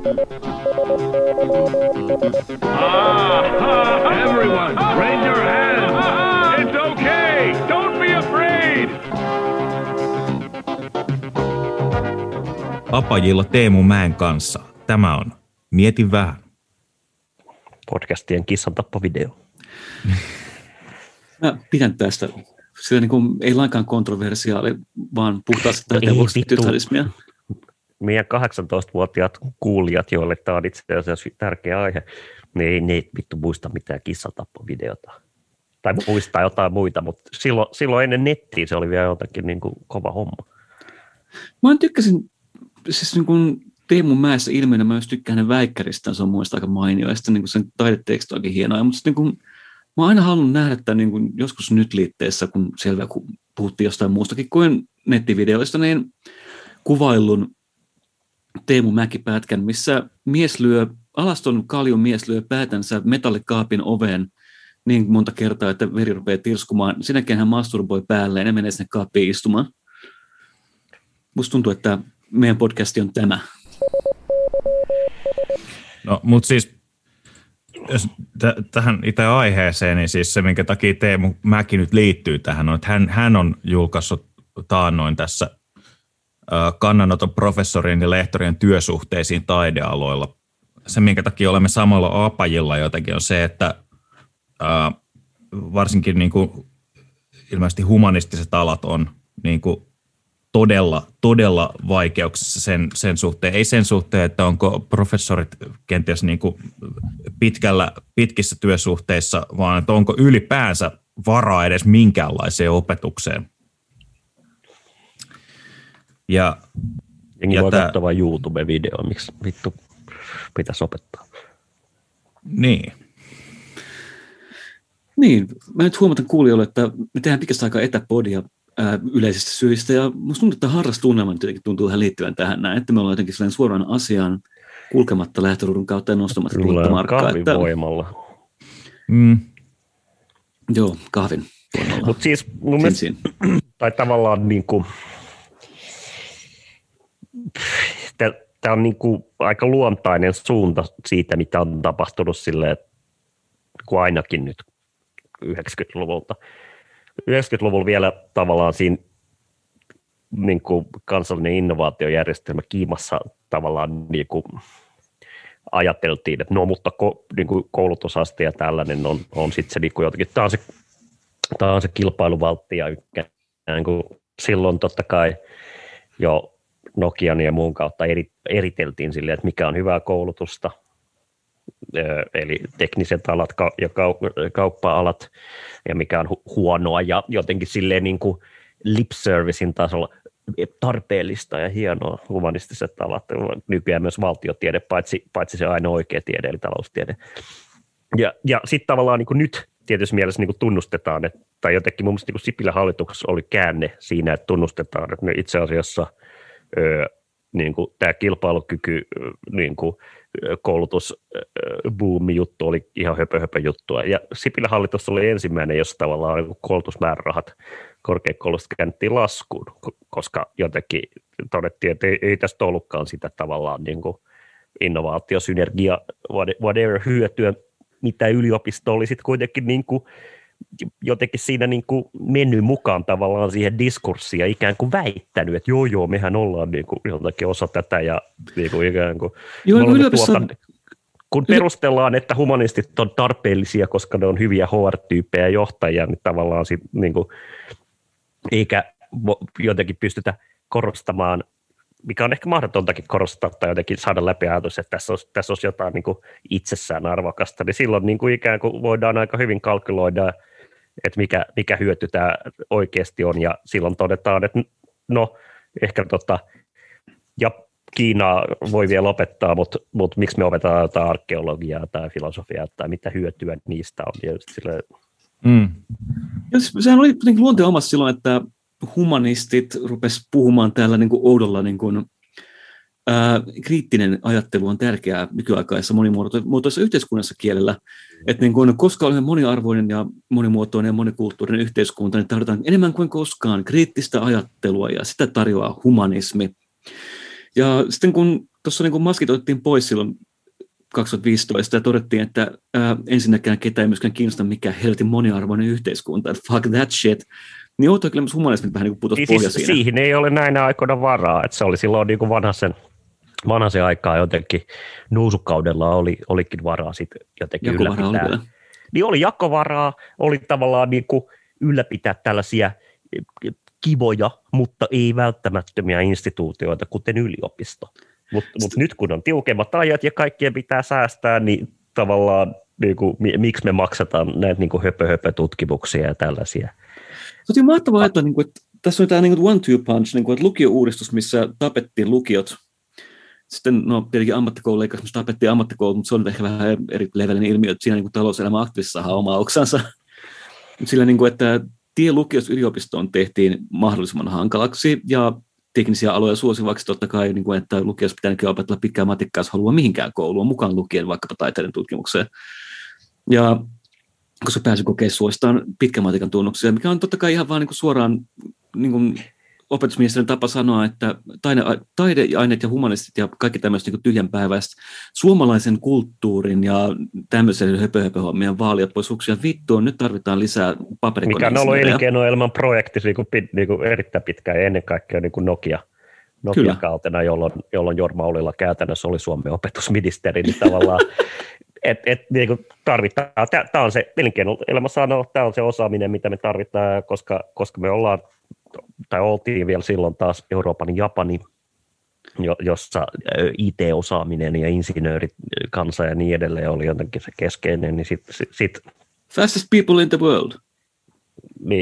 Everyone, raise your hands. It's okay. Don't be afraid. Apajilla Teemu Mäen kanssa. Tämä on Mieti vähän. Podcastien kissantappovideo. Mä pidän tästä. Sillä niin kuin, ei lainkaan kontroversiaali, vaan puhtaasti tytalismia. Meidän 18-vuotiaat kuulijat, joille tämä on itse asiassa tärkeä aihe, niin ei vittu muista mitään kissantappovideota. Tai muistaa jotain muita, mutta silloin ennen nettiä se oli vielä jotakin niin kuin kova homma. Mä tykkäsin, siis niin kuin Teemu Mäessä ilmiönä, mä myös tykkään hänen väikkäristään, se on muista aika mainio, ja sitten niin kuin sen taideteksti on oikein hienoa, mutta sitten niin kuin, mä oon aina halunnut nähdä tämän niin kuin joskus nyt liitteessä, kun selvä, kun puhuttiin jostain muustakin kuin nettivideoista, niin kuvaillun Teemu Mäki-pätkän, missä alaston kaljon mies lyö päätänsä metallikaapin oveen niin monta kertaa, että veri rupeaa tirskumaan. Sen jälkeen hän masturboi päälleen ja menee sinne kaappiin istumaan. Musta tuntuu, että meidän podcasti on tämä. No, mutta siis jos tähän itse aiheeseen, niin siis se, minkä takia Teemu Mäki nyt liittyy tähän, on, että hän on julkaissut taannoin tässä kannanoton professorien ja lehtorien työsuhteisiin taidealoilla. Se, minkä takia olemme samalla apajilla jotenkin, on se, että varsinkin niin kuin ilmeisesti humanistiset alat on niin kuin todella vaikeuksissa sen suhteen. Ei sen suhteen, että onko professorit kenties niin kuin pitkissä työsuhteissa, vaan että onko ylipäänsä varaa edes minkäänlaiseen opetukseen. Jengi voi katsoa vain YouTube-videoa, miksi vittu pitäisi opettaa. Niin, mä nyt huomatan kuulijoille, että me tehdään pitkästä aikaa etäpodia yleisistä syistä, ja musta tuntuu, että harrastunnelma jotenkin tuntuu ihan liittyvän tähän näin, että me ollaan jotenkin suoraan asiaan kulkematta lähtöruudun kautta ja nostamatta tuottamarkkaa. Kahvin voimalla. Joo, kahvin voimalla. Mutta siis mun mielestä, tai tavallaan niin kuin, tämä on niin kuin aika luontainen suunta siitä, mitä on tapahtunut silleen, kuin ainakin nyt 90-luvulta. 90-luvulla vielä tavallaan siinä niin kuin kansallinen innovaatiojärjestelmä kiimassa tavallaan niin kuin ajateltiin, että no, mutta niin kuin koulutusaste ja tällainen on sitten se niin kuin jotenkin, tämä on se kilpailuvaltti ja niin kuin silloin totta kai jo Nokian ja muun kautta eriteltiin silleen, että mikä on hyvää koulutusta, eli tekniset alat ja kauppa-alat, ja mikä on huonoa, ja jotenkin silleen niin kuin lip servicein tasolla tarpeellista ja hienoa humanistiset alat, nykyään myös valtiotiede, paitsi se ainoa oikea tiede, eli taloustiede. Ja sitten tavallaan niin kuin nyt tietysti mielessä niin kuin tunnustetaan, tai jotenkin mun mielestä niin kuin Sipilän hallituksessa oli käänne siinä, että tunnustetaan, että itse asiassa niin kuin tämä kilpailukyky, niin kuin koulutusbuumi juttu oli ihan höpö juttua. Ja Sipilän hallitus oli ensimmäinen, jossa tavallaan koulutusmäärärahat korkeakoulusta käännettiin laskuun, koska jotenkin todettiin, että ei tästä ollutkaan sitä tavallaan niin kuin innovaatiosynergia, whatever hyötyä, mitä yliopisto oli sitten kuitenkin niin kuin jotenkin siinä niin kuin mennyt mukaan tavallaan siihen diskurssiin ja ikään kuin väittänyt, että joo, mehän ollaan niin kuin jotakin osa tätä ja niin kuin ikään kuin kun perustellaan, että humanistit on tarpeellisia, koska ne on hyviä HR-tyyppejä johtajia, niin tavallaan sit, niin kuin, eikä jotenkin pystytä korostamaan, mikä on ehkä mahdotontakin korostaa tai jotenkin saada läpi ajatus, että tässä olisi jotain niin kuin itsessään arvokasta, niin silloin niin kuin ikään kuin voidaan aika hyvin kalkyloida, että mikä hyöty tämä oikeasti on, ja silloin todetaan, että no ehkä ja Kiinaa voi vielä opettaa, mutta miksi me opetetaan jotain arkeologiaa tai filosofiaa tai mitä hyötyä niistä on. Sehän oli jotenkin luonteen omassa silloin, että humanistit rupesivat puhumaan täällä niin kuin oudolla niin kuin, kriittinen ajattelu on tärkeää nykyaikaisessa monimuotoisessa yhteiskunnassa kielellä. Että niin kuin, koska olemme moniarvoinen ja monimuotoinen ja monikulttuurinen yhteiskunta, niin tarvitaan enemmän kuin koskaan kriittistä ajattelua ja sitä tarjoaa humanismi. Ja sitten kun tuossa niin maskit otettiin pois silloin 2015 ja todettiin, että ensinnäkään ketään ei myöskään kiinnosta mikään helvetin moniarvoinen yhteiskunta, että fuck that shit. Niin outoa kyllä myös humanismit vähän niin putosi pohja siinä. Siihen ei ole näinä aikoina varaa, että se oli silloin niin kuin vanhaisen aikaa jotenkin nousukaudella olikin varaa sitten jotenkin ylläpitää. Niin oli jakovaraa, oli tavallaan niin kuin ylläpitää tällaisia kivoja, mutta ei välttämättömiä instituutioita, kuten yliopisto. Mutta nyt kun on tiukemmat ajat ja kaikkien pitää säästää, niin tavallaan niin kuin, miksi me maksataan näitä niin kuin höpö-tutkimuksia ja tällaisia. Se on mahtavaa ajatella, että tässä on tämä one-two punch, että lukio-uudistus, missä tapettiin lukiot. Sitten tietenkin ammattikoululeikas, missä tapettiin ammattikoulut, mutta se on ehkä vähän eri levelinen ilmiö, että siinä talouselämän aktiivissa saa omaa oksansa. Sillä, että tie lukiosta yliopistoon tehtiin mahdollisimman hankalaksi ja teknisiä aloja suosivaksi totta kai, että lukiossa pitää opetella pitkää matikkaa, jos haluaa mihinkään kouluun, mukaan lukien vaikkapa taiteiden tutkimukseen. Ja koska pääsykokeissa suositaan pitkän matikan tunnuksia, mikä on totta kai ihan vaan suoraan opetusministerin tapa sanoa, että taideaineet ja humanistit ja kaikki tämmöiset tyhjänpäiväiset suomalaisen kulttuurin ja tämmöisen höpö-hommien vaalijat pois huksia vittuun, nyt tarvitaan lisää paperikoneja. Mikä on ollut elinkeinoelämän projekti erittäin pitkään ja ennen kaikkea Nokia-kautena, jolloin Jorma Ollila käytännössä oli Suomen opetusministeri, niin tavallaan tarvitaan. Tämä on se elinkeinoelämä sanoo, tämä on se osaaminen, mitä me tarvitaan, koska me oltiin vielä silloin taas Euroopan Japani, jossa IT-osaaminen ja insinöörit kansa ja niin edelleen oli jotenkin se keskeinen. Niin sit fastest people in the world. Niin,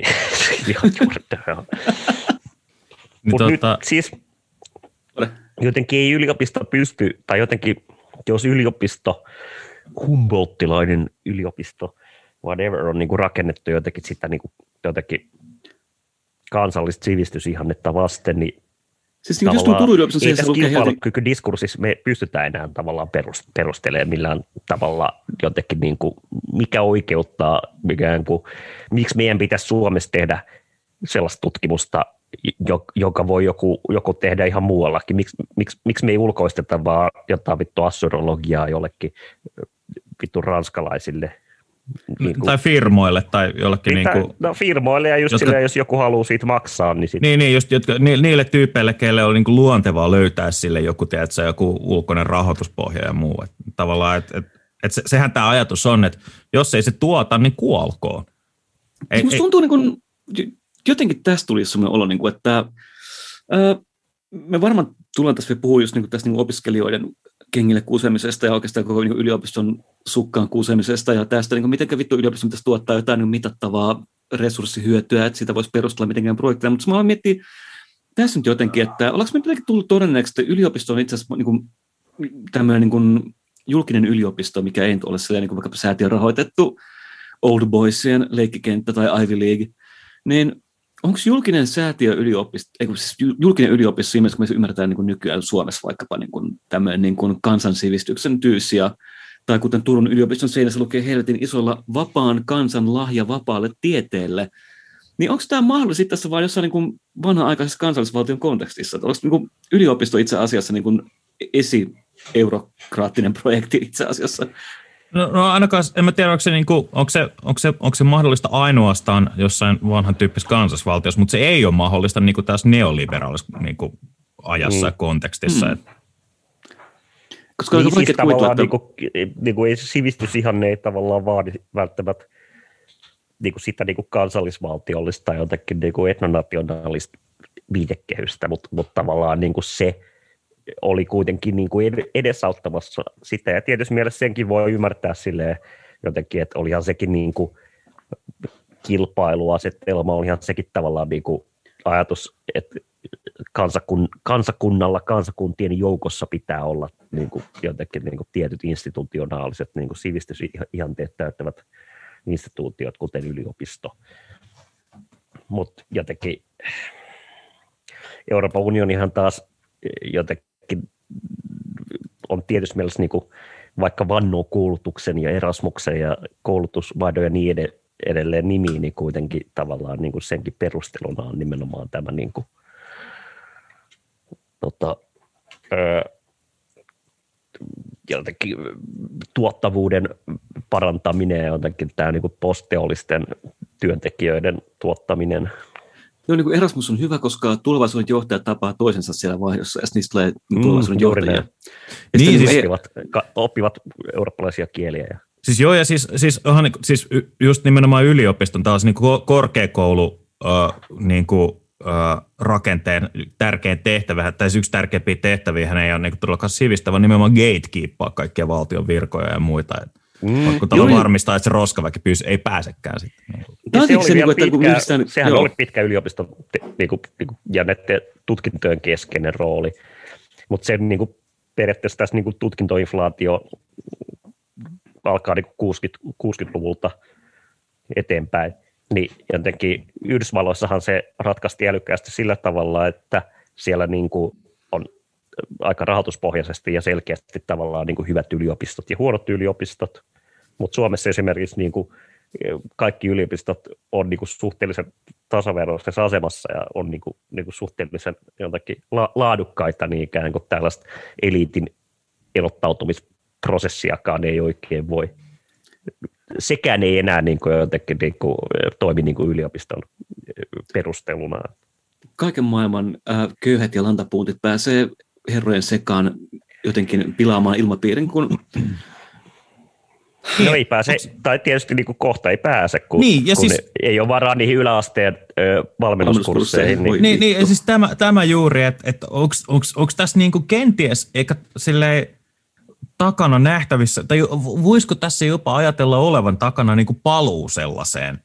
mutta nyt siis jotenkin ei yliopisto pysty, tai jotenkin jos yliopisto, Humboldtilainen yliopisto, whatever, on niinku rakennettu jotenkin sitä niinku jotenkin kansallista sivistysihannetta vasten, niin siis jos Turun yliopiston ei tässä kilpailukykydiskurssissa me pystytään enää tavallaan perustelemaan millään tavalla jotenkin, niin kuin, mikä oikeuttaa, miksi meidän pitäisi Suomessa tehdä sellaista tutkimusta, joka voi joku tehdä ihan muuallakin. Miksi me ei ulkoisteta vaan jotain vittu assurologiaa jollekin vittu ranskalaisille? Tai firmoille tai jollekin firmoille ja just silleen, jos joku haluaa siitä maksaa, niin sitten. Niin just niille tyypeille, keille on luontevaa löytää sille joku ulkoinen rahoituspohja ja muu. Et tavallaan, sehän tämä ajatus on, että jos ei se tuota, niin kuolkoon. Musta tuntuu jotenkin tästä tuli sellainen olo, että me varmaan tullaan tässä puhua just tästä opiskelijoiden kengille kusemisesta ja oikeastaan koko yliopiston sukkaan kusemisesta ja tästä, miten vittu yliopiston pitäisi tuottaa jotain mitattavaa resurssihyötyä, että sitä voisi perustella mitenkään projekteja, mutta mä miettii tässä nyt jotenkin, että ollaanko me jotenkin tullut todenneeksi, että yliopisto on itse asiassa tämmöinen julkinen yliopisto, mikä ei ole sellainen vaikka säätiön rahoitettu Old Boysien leikkikenttä tai Ivy League, niin onko julkinen säätiö julkinen yliopisto siinä mielessä, kun me ymmärretään nykyään Suomessa vaikkapa tämmöinen kansansivistyksen tyyssiä, tai kuten Turun yliopiston seinässä lukee helvetin isolla vapaan kansan lahja vapaalle tieteelle, niin onko tämä mahdollista tässä vaan jossain vanha-aikaisessa kansallisvaltion kontekstissa? Onko yliopisto itse asiassa esi-eurokraattinen projekti itse asiassa? No ainakaan, en mä tiedä, onko se mahdollista ainoastaan jossain vanhan tyyppisessä kansallisvaltiossa, mutta se ei ole mahdollista tässä neoliberaalissa ajassa ja kontekstissa. Koska niin, siis tavallaan ei sivistysihanne ei tavallaan vaadi välttämättä sitä kansallisvaltiollista tai jotenkin etnonationaalista viitekehystä, mutta tavallaan se oli kuitenkin edesauttamassa sitä, ja tietysti mielessä senkin voi ymmärtää silleen jotenkin, että olihan sekin kilpailuasetelma, olihan sekin tavallaan ajatus, että kansakuntien joukossa pitää olla jotenkin tietyt institutionaaliset sivistysihanteet täyttävät instituutiot, kuten yliopisto. Mutta jotenkin Euroopan unionihan taas jotenkin on tietysti mielessä vaikka vannoo koulutuksen ja Erasmuksen ja koulutusvaihdon ja niin edelleen nimiin, niin kuitenkin tavallaan senkin perusteluna on nimenomaan tämä jotenkin tuottavuuden parantaminen ja jotenkin tämä niin kuin postteollisten työntekijöiden tuottaminen. Joo, niin kuin Erasmus on hyvä, koska tulevaisuuden johtajat tapaa toisensa siellä vaihdossa, ja niistä tulee tulevaisuuden johtajia. Niin, oppivat eurooppalaisia kieliä. Ja. Siis joo, ja siis just nimenomaan yliopiston taas niin kuin korkeakoulu niin kuin, rakenteen tärkein tehtävä, tai yksi tärkeimpiä tehtäviä, hän ei ole niin todellakaan sivistä, vaan nimenomaan gatekeepaa kaikkia valtion virkoja ja muita. Kun varmistaa, että se roskaväki ei pääsekään sitten. Sehän oli pitkä yliopiston ja näiden tutkintojen keskeinen rooli, mutta se niin periaatteessa tässä niin tutkintoinflaatio alkaa niin 60-luvulta eteenpäin, niin jotenkin Yhdysvalloissahan se ratkaisi älykkäästi sillä tavalla, että siellä niin kuin on aika rahoituspohjaisesti ja selkeästi tavallaan niin kuin hyvät yliopistot ja huonot yliopistot, mutta Suomessa esimerkiksi niin kuin kaikki yliopistot on niin kuin suhteellisen tasaveroisessa asemassa ja on niin kuin suhteellisen jotakin laadukkaita, niin ikään kuin tällaista eliitin erottautumisprosessiakaan ei oikein voi. Sekään ei enää niin kuin jotenkin niin kuin toimi niin kuin yliopiston perusteluna. Kaiken maailman köyhät ja lantapuuntit pääsee herrojen sekaan jotenkin pilaamaan ilmapiirin, kun... No ei pääse, tai tietysti niin kuin kohta ei pääse, kun siis, ei ole varaa niihin yläasteen valmennuskursseihin. Niin, ja siis tämä juuri, että onko tässä niin kuin kenties, eikä silleen takana nähtävissä, tai voisiko tässä jopa ajatella olevan takana niin kuin paluu sellaiseen,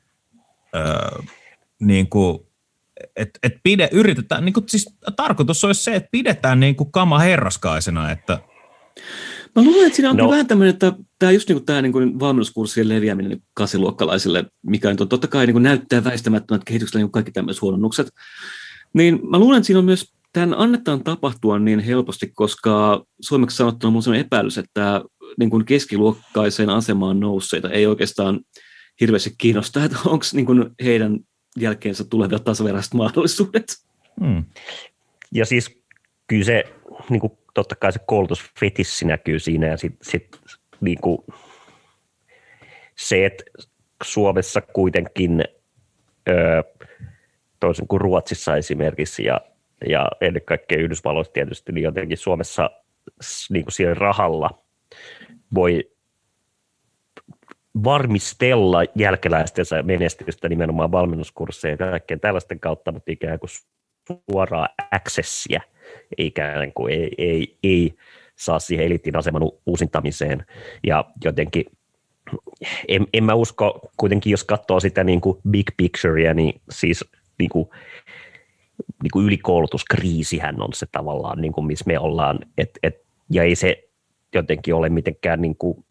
niin kuin, että yritetään, niin kuin, siis tarkoitus olisi se, että pidetään niin kuin kama herraskaisena, että... Mä luulen, että siinä on vähän tämmöinen, että tämä just niin tämä niin valmennuskurssien leviäminen kasiluokkalaisille, mikä nyt on totta kai niin näyttää väistämättömät kehityksellä niin kaikki tämmöiset huononnukset, niin mä luulen, että siinä on myös, tämän annetaan tapahtua niin helposti, koska suomeksi sanottuna on sellainen epäilys, että niin kuin keskiluokkaiseen asemaan nousseita ei oikeastaan hirveästi kiinnostaa, että onko niin kuin heidän jälkeensä tulevia tasaveraiset mahdollisuudet. Ja siis kyllä se niin kuin totta kai se koulutusfetissi näkyy siinä ja sit niin kuin se, että Suomessa kuitenkin toisin kuin Ruotsissa esimerkiksi ja ennen kaikkea Yhdysvalloissa tietysti, niin jotenkin Suomessa niin kuin siellä rahalla voi varmistella jälkeläistensä menestystä nimenomaan valmennuskursseja ja kaikkeen tällaisten kautta, mutta ikään kuin suoraa accessia ikään kuin ei saa siihen eliitin aseman uusintamiseen. Ja jotenkin en mä usko, kuitenkin jos katsoo sitä niin kuin big picturea, niin siis niin kuin ylikoulutuskriisihän on se tavallaan, niin kuin missä me ollaan, ja ei se jotenkin ole mitenkään niin kuin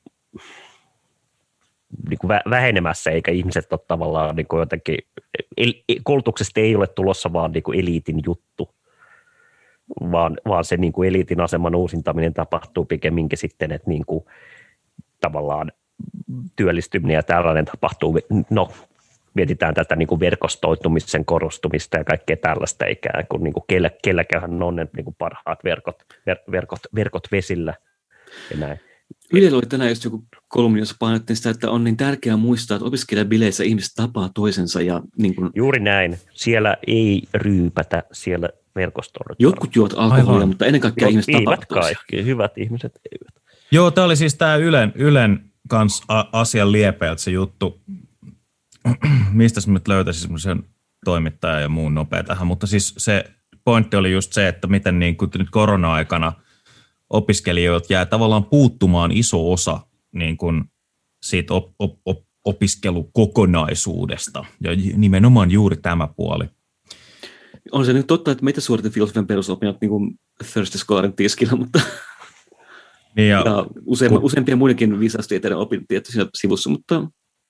vähenemässä, eikä ihmiset ole tavallaan niin kuin jotenkin, koulutuksesta ei ole tulossa vaan niin kuin eliitin juttu, vaan se niin kuin eliitin aseman uusintaminen tapahtuu pikemminkin sitten, että niin kuin tavallaan työllistyminen ja tällainen tapahtuu, no mietitään tätä niin kuin verkostoitumisen korostumista ja kaikkea tällaista ikään kuin, niin kuin kelläköhän on ne niin kuin parhaat verkot vesillä ja näin. Ylellä oli tänään just joku kolumni, jossa painottiin sitä, että on niin tärkeää muistaa, että opiskelijabileissä ihmiset tapaa toisensa. Ja niin kuin... Juuri näin. Siellä ei ryypätä, siellä verkostoidaan. Jotkut juot alkoholia, mutta ennen kaikkea ihmiset tapaa toisiaan. Kaikki, hyvät ihmiset eivät. Joo, tämä oli siis tämä Ylen kanssa asian liepeältä se juttu. Mistä mä nyt löytäisin semmoisen toimittajan ja muun nopea tähän, mutta siis se pointti oli just se, että miten niin kuin nyt korona-aikana opiskelijoilta jää tavallaan puuttumaan iso osa niin kuin siitä opiskelukokonaisuudesta ja nimenomaan juuri tämä puoli. On se nyt totta, että meitä suoritin filosofian perusopinnot niin kuin Thirsty Scholarin tiskillä, mutta niin ja useampia muidenkin viisaustieteiden opintoja tietysti sivussa, mutta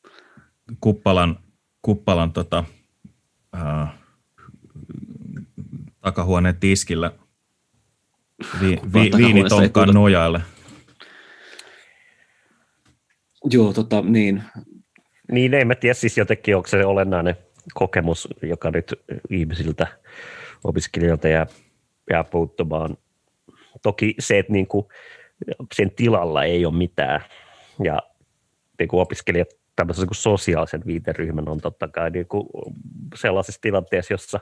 Kuppalan takahuoneen tiskillä viinitonkkaan nojaille. Joo, niin. Niin, en mä tiedä siis jotenkin, onko se olennainen kokemus, joka nyt ihmisiltä, opiskelijoilta jää puuttumaan. Toki se, että niinku sen tilalla ei ole mitään. Ja niin kuin opiskelijat tämmöisen niin kuin sosiaalisen viiteryhmän on totta kai niin kuin sellaisessa tilanteessa, jossa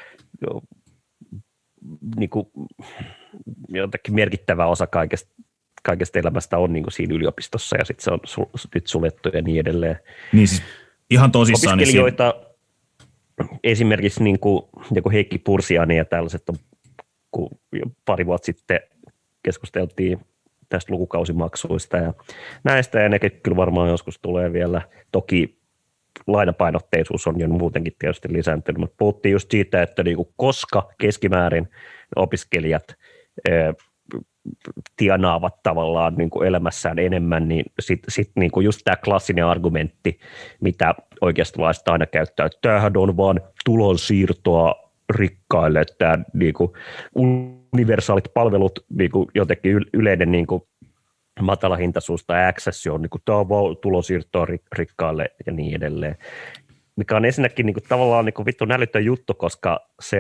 niin kuin jotenkin merkittävä osa kaikesta elämästä on niin kuin siinä yliopistossa ja sitten se on nyt suljettu ja niin edelleen. Niin siis ihan tosissaan. Opiskelijoita esimerkiksi niin kuin Heikki Pursiainen ja tällaiset on, kun pari vuotta sitten keskusteltiin tästä lukukausimaksuista ja näistä, ja nekin kyllä varmaan joskus tulee vielä. Toki lainapainotteisuus on jo muutenkin tietysti lisääntynyt, mutta puhuttiin just siitä, että niinku koska keskimäärin opiskelijat tienaavat tavallaan niinku elämässään enemmän, niin sitten niinku just tämä klassinen argumentti, mitä oikeistolaiset aina käyttää, että tämähän on vaan tulonsiirtoa rikkaille, että tämä niinku universaalit palvelut, niinku jotenkin yleinen niinku matalahintaisuus tai access on niinku, tämä on vaan tulonsiirtoa rikkaille ja niin edelleen. Mikä on ensinnäkin niinku, tavallaan niinku, vittu älytön juttu, koska se,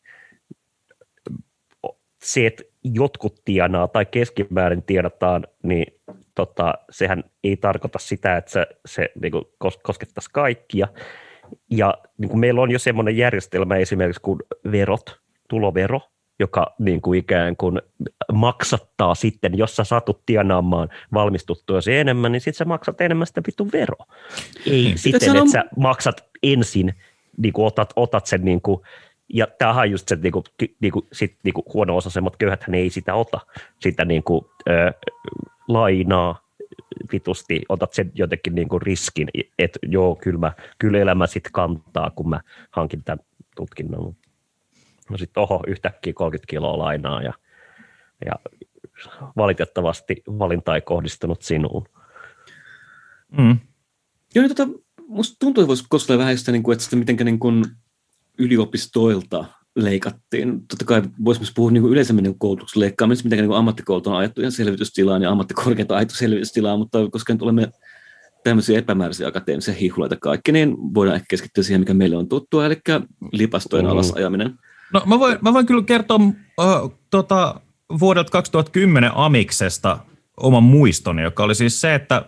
että jotkut tienaa tai keskimäärin tienataan, niin sehän ei tarkoita sitä, että se niinku, koskettaisi kaikkia. Ja niin kuin meillä on jo semmoinen järjestelmä esimerkiksi kuin tulovero, joka niin kuin ikään kuin maksattaa sitten, jos sä satut tienaamaan valmistuttuasi enemmän, niin sitten sä maksat enemmän sitä vitun veroa. Ei siten, että sä maksat ensin, niin kuin otat sen, niin kuin, ja tämähän on just se niin kuin huono-osaisemmat köyhäthän ei sitä ota, sitä niin kuin, lainaa vitusti, otat sen jotenkin niin kuin riskin, että joo, kyllä elämä sitten kantaa, kun mä hankin tämän tutkinnon. No sitten yhtäkkiä 30 kiloa lainaa ja valitettavasti valinta ei kohdistunut sinuun. Mm. Joo, niin musta tuntuu, että voisi koskella vähän sitä, että mitenkä yliopistoilta leikattiin. Totta kai voisi myös puhua yleisemmin koulutuksen leikkaamisesta, miten ammattikoulut on ajettu ihan selvitystilaan ja ammattikorkeat on ajettu selvitystilaan, mutta koska nyt olemme tämmöisiä epämääräisiä akateemisia hihuleita kaikki, niin voidaan ehkä keskittyä siihen, mikä meille on tuttua, eli lipastojen alasajaminen. No mä voin kyllä kertoa vuodelta 2010 Amiksesta oman muistoni, joka oli siis se, että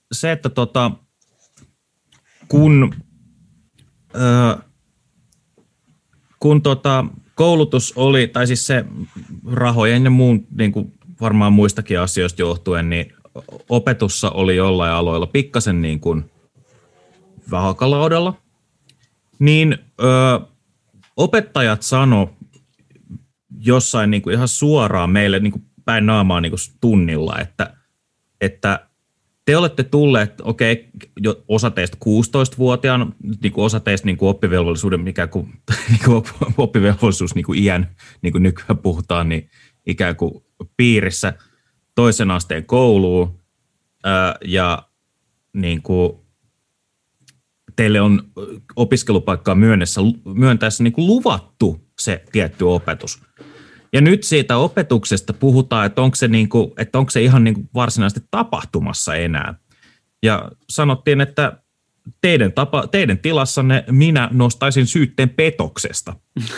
kun koulutus oli, tai siis se rahojen ja muun niin kuin varmaan muistakin asioista johtuen, niin opetussa oli jollain aloilla pikkasen niin kuin vaakalaudalla, niin opettajat sano jossain niin kuin ihan suoraan meille niin kuin päin naamaa niin kuin tunnilla, että te olette tulleet, okei, osa teistä 16-vuotiaana, niin kuin osa teistä niin kuin oppivelvollisuuden, ikään kuin, niin kuin oppivelvollisuus niin kuin iän, niin kuin nykyään puhutaan, niin ikään kuin piirissä toisen asteen kouluun, ja niin kuin teille on opiskelupaikkaa myöntäessä niin kuin luvattu se tietty opetus. Ja nyt siitä opetuksesta puhutaan, että onko se ihan niin kuin varsinaisesti tapahtumassa enää. Ja sanottiin, että teidän tilassanne minä nostaisin syytteen petoksesta.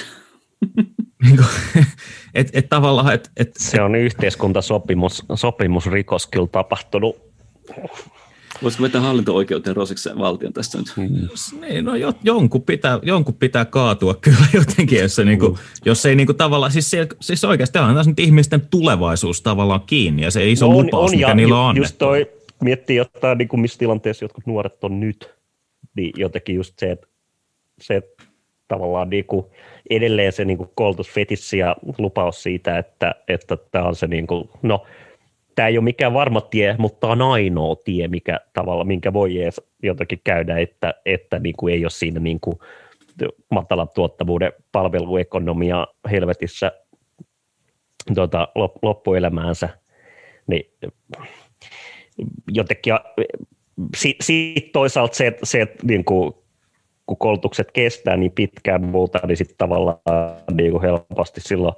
Tavallaan, se on yhteiskuntasopimusrikos kyllä tapahtunut. Voisiko vetää hallinto-oikeuteen rosikseen valtion tästä nyt? Niin, no jonkun pitää kaatua kyllä jotenkin, jos ei niinku tavallaan, siis oikeasti on nyt ihmisten tulevaisuus tavallaan kiinni ja se iso lupaus, mikä niillä on annettu. Just toi, miettii jotain, niin kuin missä tilanteessa jotkut nuoret on nyt, niin jotenkin just se tavallaan niin kuin edelleen se niin kuin koulutusfetissi ja lupaus siitä, että tämä on se niin kuin, no, tämä ei ole mikään varma tie, mutta on ainoa tie, minkä voi edes jotenkin käydä, että niin kuin ei ole siinä niin kuin matalan tuottavuuden palveluekonomia helvetissä loppuelämäänsä. Niin, jotenkin sitten toisaalta se että niin kuin, kun koulutukset kestää niin pitkään muuta, niin sitten tavallaan niin kuin helposti silloin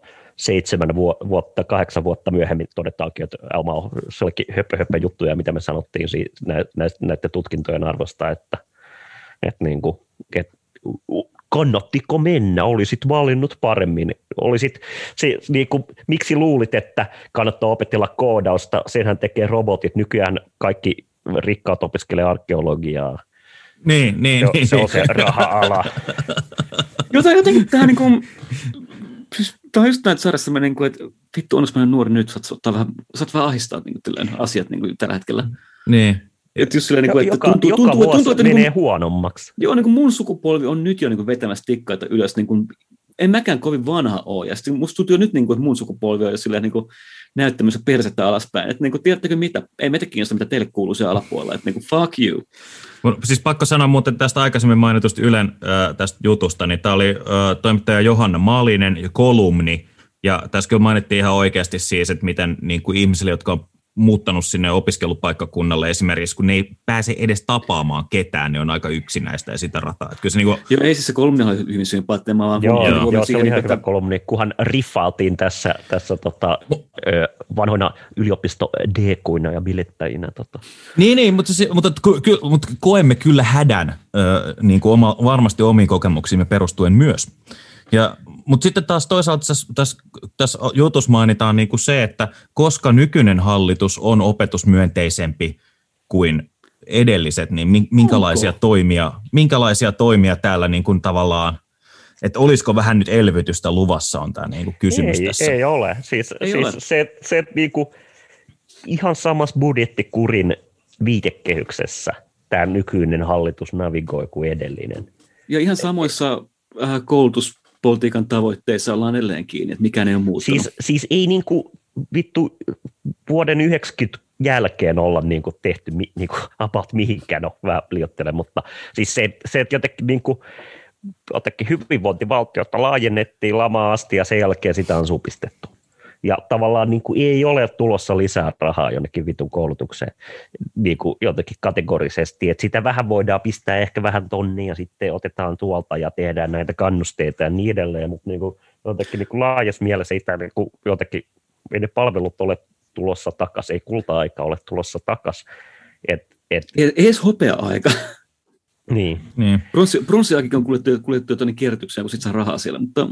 8 vuotta myöhemmin todetaankin, että se olikin höpö juttuja, mitä me sanottiin näiden tutkintojen arvosta, että kannattiko mennä, olisit valinnut paremmin, olisit, miksi luulit, että kannattaa opetella koodausta, senhän tekee robotit, nykyään kaikki rikkaat opiskelee arkeologiaa. Niin. Se on se raha-ala. Jotenkin tämä niin kuin, siis tämä on just näin, että saada semmoinen, että vittu onneksi mä nuori nyt, saat vähän ahistaa niin asiat niin tällä hetkellä. Niin. Että just silleen, että joka vuosi että menee huonommaksi. Joo, niin kuin mun sukupolvi on nyt jo niin kuin vetämässä tikkaita ylös. Niin kuin, en mäkään kovin vanha ole. Ja sitten musta tuntuu jo nyt, niin kuin, että mun sukupolvi on jo silleen niin kuin näyttämässä persettä alaspäin. Että niin kuin, tiedättekö mitä? Ei meitä kiinnosta, mitä teille kuuluu siellä alapuolella. Että niin kuin, fuck you. Siis pakko sanoa muuten tästä aikaisemmin mainitusta Ylen tästä jutusta, niin tämä oli toimittaja Johanna Malinen ja kolumni. Ja tässä kyllä mainittiin ihan oikeasti siis, että miten niin kuin ihmisille, jotka on muuttanut sinne opiskelupaikkakunnalle esimerkiksi, kun ne ei pääse edes tapaamaan ketään, ne on aika yksinäistä ja sitä rataa. Että kyllä se niinku... Joo, ei siis se kolumni oli hyvin sympaattinen. Joo, se oli ihan hyvä kolumni, kunhan riffaaltiin tässä vanhoina yliopisto-deekuina ja bilettäjinä. Niin, mutta koemme kyllä hädän niin kuin varmasti omiin kokemuksiimme perustuen myös. Mutta sitten taas toisaalta tässä jutussa mainitaan niinku se, että koska nykyinen hallitus on opetusmyönteisempi kuin edelliset, niin minkälaisia toimia täällä niinku että olisiko vähän nyt elvytystä luvassa on tämä niinku kysymys tässä. Ei ole. Siis se niinku ihan samassa budjettikurin viitekehyksessä tämä nykyinen hallitus navigoi kuin edellinen. Ja ihan samoissa koulutuspolitiikan tavoitteissa ollaan edelleen kiinni, että mikään ei ole muuttunut. Siis ei niinku vittu vuoden 90 jälkeen olla niinku tehty niinku about mihinkään, vähän liottelen, mutta siis se että jotenkin hyvinvointivaltiota laajennettiin lamaan asti ja sen jälkeen sitä on supistettu. Ja tavallaan niin kuin ei ole tulossa lisää rahaa jonnekin vitun koulutukseen niin kuin jotenkin kategorisesti, että sitä vähän voidaan pistää ehkä vähän tonnia ja sitten otetaan tuolta ja tehdään näitä kannusteita ja niin edelleen, mutta niin kuin jotenkin niin kuin laajassa mielessä niin kuin jotenkin ei ne palvelut ole tulossa takaisin, ei kulta-aika ole tulossa takaisin. Ei edes hopea-aika. Niin. Pronssiakin on kuljettu tuonne kierrätykseen, kun sitten saa rahaa siellä, mutta...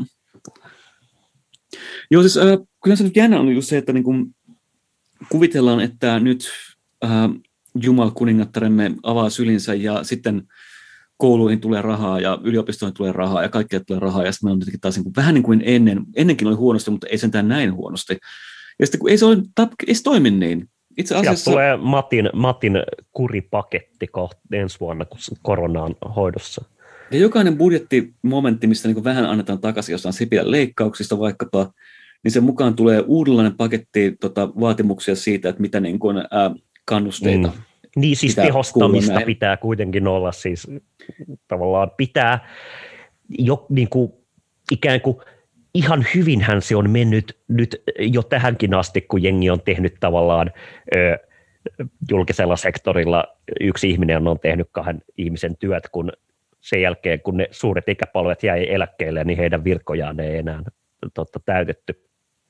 Joo, siis kyllä se nyt jännä on just se, että niin kuin kuvitellaan, että nyt Jumalkuningattaremme avaa sylinsä ja sitten kouluihin tulee rahaa ja yliopistoihin tulee rahaa ja kaikkea tulee rahaa ja sitten meillä on jotenkin taas niin kuin, vähän niin kuin ennenkin oli huonosti, mutta ei sentään näin huonosti. Ja sitten kun ei se toimi niin. Itse asiassa tulee Matin kuripaketti ensi vuonna, kun korona on hoidossa. Ja jokainen budjettimomentti, mistä niin vähän annetaan takaisin jostain Sipilän leikkauksista vaikkapa, niin sen mukaan tulee uudenlainen paketti vaatimuksia siitä, että mitä niin kuin, kannusteita. Niin siis tehostamista pitää kuitenkin olla, siis tavallaan pitää jo niin kuin, ikään kuin ihan hyvinhän se on mennyt nyt jo tähänkin asti, kun jengi on tehnyt tavallaan julkisella sektorilla yksi ihminen on tehnyt 2 ihmisen työt, kun sen jälkeen, kun ne suuret ikäpolvet jäi eläkkeelle, niin heidän virkojaan ei enää täytetty.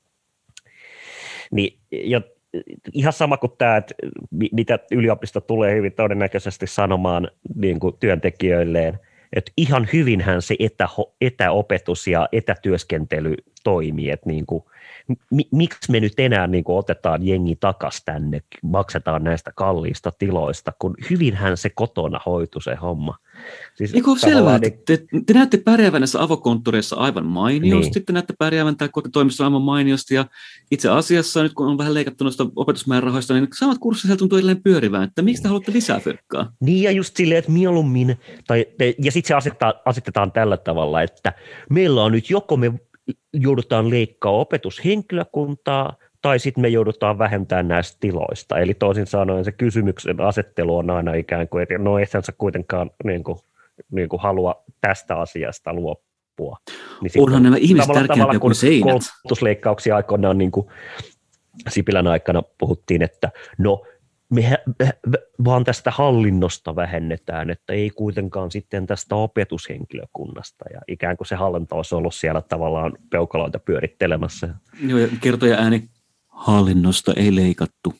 Niin, ja ihan sama kuin tämä, että mitä yliopisto tulee hyvin todennäköisesti sanomaan niin kuin työntekijöilleen, että ihan hyvinhän se etäopetus ja etätyöskentely toimii, että niin kuin, miksi me nyt enää niin kuin otetaan jengi takaisin tänne, maksetaan näistä kalliista tiloista, kun hyvinhän se kotona hoitu se homma. Siis eikö ole selvää, että te näette pärjäävän näissä avokonttoreissa aivan mainiosti, te näette pärjäävän tämä kotitoimistossa aivan mainiosti, ja itse asiassa nyt kun on vähän leikattu noista opetusmäärärahoista, niin samat kurssit siellä tuntuu edelleen pyörivään, että miksi te haluatte lisää fyrkkaa? Niin ja just silleen, että mieluummin, ja sitten se asetetaan tällä tavalla, että meillä on nyt joko me joudutaan leikkaa opetushenkilökuntaa, tai sitten me joudutaan vähentämään näistä tiloista. Eli toisin sanoen se kysymyksen asettelu on aina ikään kuin, että no eihän sä kuitenkaan niin kuin halua tästä asiasta luopua. Niin onhan nämä ihmiset tärkeämpiä kuin seinät. Koulutusleikkauksia aikoinaan niin kuin Sipilän aikana puhuttiin, että no me vaan tästä hallinnosta vähennetään, että ei kuitenkaan sitten tästä opetushenkilökunnasta. Ja ikään kuin se hallinto olisi ollut siellä tavallaan peukaloita pyörittelemässä. Joo, ja kertoja ääni, hallinnosta ei leikattu.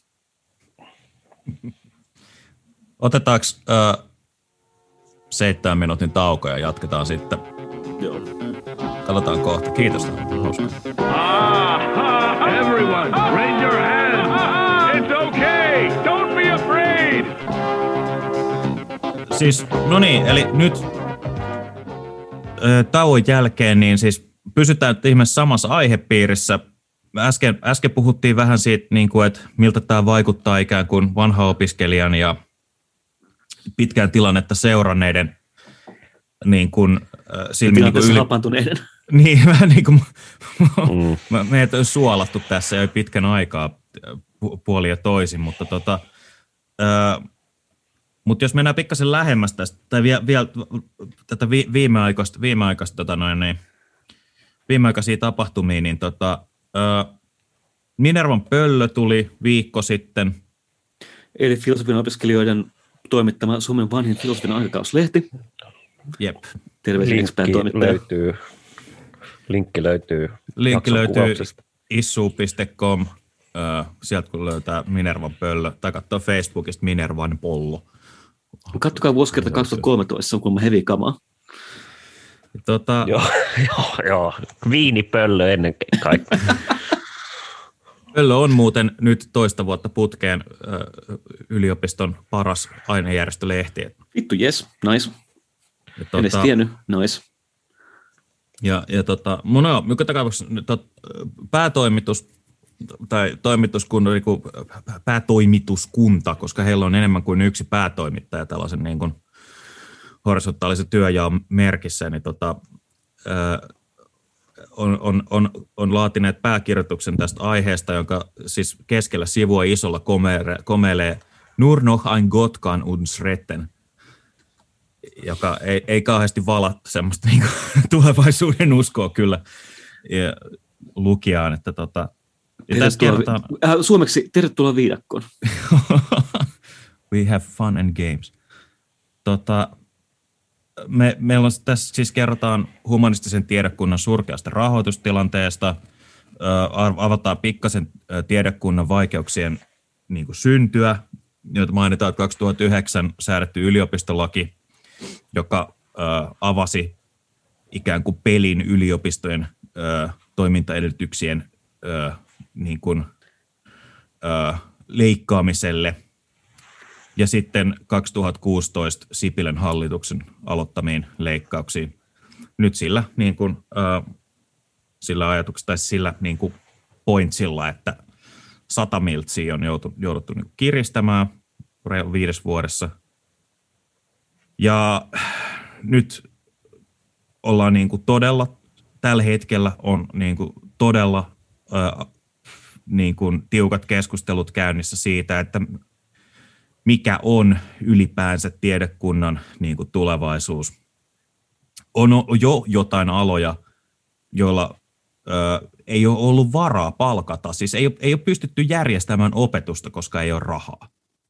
Otetaanko 7 minuutin tauko ja jatketaan sitten Joo. Aloitetaan kohta. Kiitos. Hauska. Everyone, raise your hands. It's okay. Don't be afraid. Siis, no niin, eli nyt tauon jälkeen niin siis pysytään ihmeessä samassa aihepiirissä. Äsken puhuttiin vähän siitä, niin kuin, että miltä tämä vaikuttaa ikään kuin vanhan opiskelijan ja pitkään tilannetta seuranneiden niin kuin, silmin niin kuin hapantuneiden. Niin, vähän niin kuin meitä on suolattu tässä jo pitkän aikaa puoli ja toisin, mutta mutta jos mennään pikkasen lähemmäs tästä, tai vielä tätä viimeaikaisia tapahtumia, niin Minervan pöllö tuli viikko sitten. Eli filosofian opiskelijoiden toimittama Suomen vanhin filosofian aikakauslehti. Jep. Terveisiä expert-toimittaja. Linkki löytyy issu.com. Sieltä kun löytää Minervan pöllö, tai katsoo Facebookista Minervan pollo. Katsokaa vuosikerta 2013, se on kuulemma heavy kamaa. Joo. Viinipöllö ennen kaikkea. Pöllö on muuten nyt toista vuotta putkeen yliopiston paras ainejärjestölehti. Vittu, yes, nice. En edes tiennyt, nice. Ja mun on päätoimituskunta, koska heillä on enemmän kuin yksi päätoimittaja tällaisen niin kuin horisontaalisen työjaon merkissä, niin on laatineet pääkirjoituksen tästä aiheesta, jonka siis keskellä sivua isolla komelee Nur noch ein Gott kann uns retten, joka ei kauheasti vala semmoista niin kuin tulevaisuuden uskoa kyllä lukijaan, että ja tässä kerrotaan suomeksi tervetuloa viidakkoon. We have fun and games. Meillä on tässä siis kerrotaan humanistisen tiedekunnan surkeasta rahoitustilanteesta, avataan pikkasen tiedekunnan vaikeuksien niin kuin syntyä, joita mainitaan, että 2009 säädetty yliopistolaki, joka avasi ikään kuin pelin yliopistojen toimintaedellytyksien niin kuin, leikkaamiselle. Ja sitten 2016 Sipilän hallituksen aloittamiin leikkauksiin. Nyt sillä, niin kuin, sillä ajatuksella tai sillä niin kuin pointsilla, että 100 miltsiä on jouduttu niin kuin kiristämään 5 vuodessa. Ja nyt ollaan niin kuin todella, tällä hetkellä on niin kuin todella niin kuin tiukat keskustelut käynnissä siitä, että mikä on ylipäänsä tiedekunnan niin kuin tulevaisuus. On jo jotain aloja, joilla ei ole ollut varaa palkata. Siis ei ole pystytty järjestämään opetusta, koska ei ole rahaa.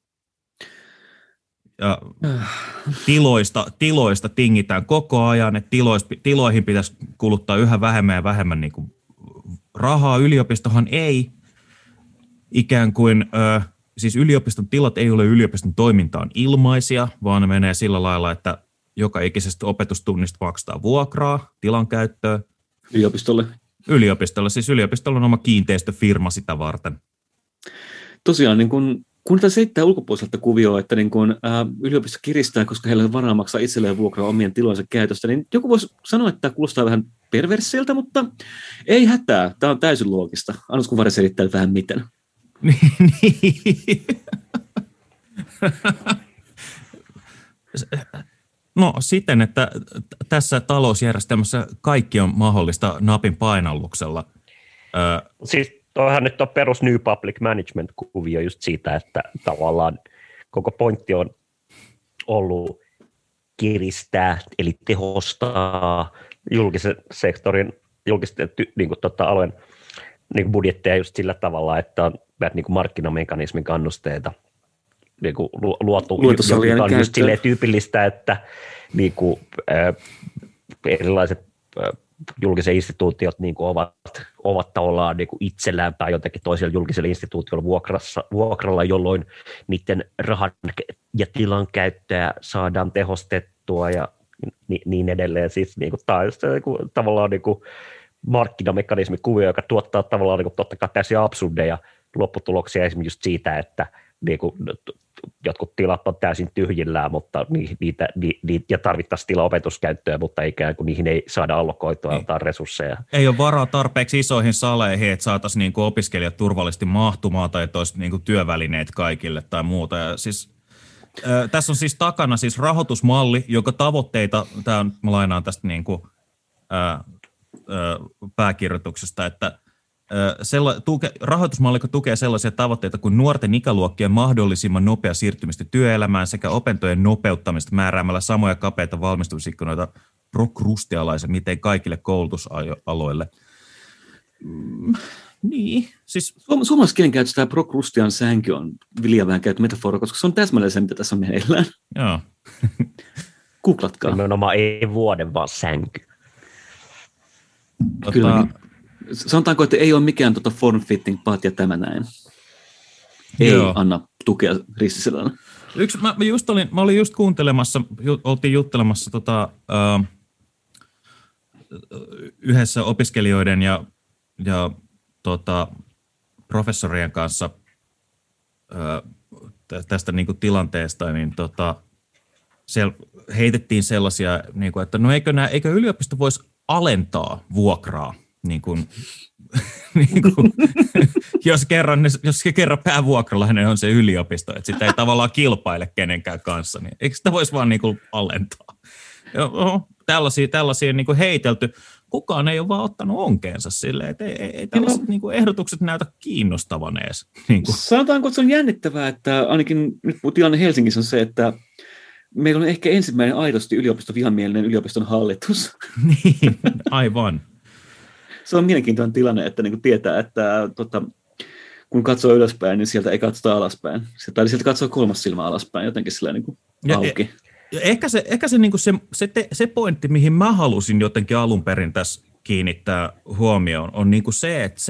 Ja tiloista tingitään koko ajan, että tiloihin pitäisi kuluttaa yhä vähemmän ja vähemmän niin kuin rahaa. Yliopistohan ei ikään kuin, siis yliopiston tilat ei ole yliopiston toimintaan ilmaisia, vaan ne menee sillä lailla, että joka ikisestä opetustunnista maksaa vuokraa, tilan käyttöön. Yliopistolle, siis yliopistolla on oma kiinteistöfirma sitä varten. Tosiaan, niin kun tämä seittää ulkopuoliselta kuvioa, että niin kun, yliopisto kiristää, koska heillä on varaa maksaa itselleen vuokraa omien tilojensa käytöstä, niin joku voisi sanoa, että tämä kuulostaa vähän perversiltä, mutta ei hätää. Tämä on täysin loogista. Annus kun Vari selittää vähän miten. No siten, että tässä talousjärjestelmässä kaikki on mahdollista napin painalluksella. Siis toihan nyt on perus New Public Management-kuvio just siitä, että tavallaan koko pointti on ollut kiristää, eli tehostaa julkisen sektorin, julkisten niin kuin, alueen niin kuin budjetteja just sillä tavalla, että on niin kuin markkinamekanismin kannusteita niin kuin luotu joka on just silleen tyypillistä, että niin kuin, erilaiset julkiset instituutiot niin kuin ovat tavallaan niin kuin itsellään tai jotenkin toisella julkisella instituutiolla vuokralla, jolloin niiden rahan ja tilan käyttöä saadaan tehostettua ja niin edelleen. Siis niin kuin, tämä on just niin kuin, tavallaan niin kuin markkinamekanismikuvio, joka tuottaa tavallaan niin kuin, totta kai täysin absurdeja lopputuloksia esimerkiksi just siitä, että niin kuin, jotkut tilat on täysin tyhjillään, mutta niitä ja tarvittaisiin tila opetuskäyttöön, mutta ikään kuin niihin ei saada allokoitua jotain resursseja. Ei ole varaa tarpeeksi isoihin saleihin, että saataisiin niin kuin opiskelijat turvallisesti mahtumaan tai että olisi niin kuin työvälineet kaikille tai muuta. Ja siis, tässä on siis takana siis rahoitusmalli, joka tavoitteita, mä lainaan tästä niin kuin, pääkirjoituksesta, että rahoitusmalli tukee sellaisia tavoitteita kuin nuorten ikäluokkien mahdollisimman nopea siirtymistä työelämään sekä opintojen nopeuttamista määräämällä samoja kapeita valmistumisikkunoita prokrustialaisen, miten kaikille koulutusaloille. Niin, siis suomalaisessa kielenkäytössä tämä prokrustian sänky on liian vähän käytetty metafora, koska se on täsmälleen se, mitä tässä on meneillään. Joo. Googlatkaa. Nimenomaan ei vuoden, vaan sänky. Kyllä. Sanotaanko, että ei ole mikään form-fitting patja tämä näin. Ei anna tukea ristiselänä. Mä olin just kuuntelemassa, oltiin juttelemassa yhdessä opiskelijoiden ja professorien kanssa tästä niinku tilanteesta, niin siellä heitettiin sellaisia, niinku, että no eikö yliopisto voisi alentaa vuokraa, niin kuin, jos kerran päävuokralainen on se yliopisto, että sitä ei tavallaan kilpaile kenenkään kanssa, niin eikö sitä voisi vaan niin kuin alentaa? Tällaisia niin kuin heitelty. Kukaan ei ole vaan ottanut onkeensa silleen, että ei tällaiset niin kuin ehdotukset näytä kiinnostavan edes. Niin kuin. Sanotaanko, että se on jännittävää, että ainakin nyt tilanne Helsingissä on se, että meillä on ehkä ensimmäinen aidosti yliopistovihamielinen yliopiston hallitus. Niin, aivan. Se on mielenkiintoinen tilanne, että niin kuin tietää, että kun katsoo ylöspäin, niin sieltä ei katsota alaspäin. Sieltä katsoo kolmas silmä alaspäin, jotenkin sillä niin kuin auki. Ehkä se, niin kuin se pointti, mihin mä halusin jotenkin alun perin tässä kiinnittää huomioon, on niin kuin se, että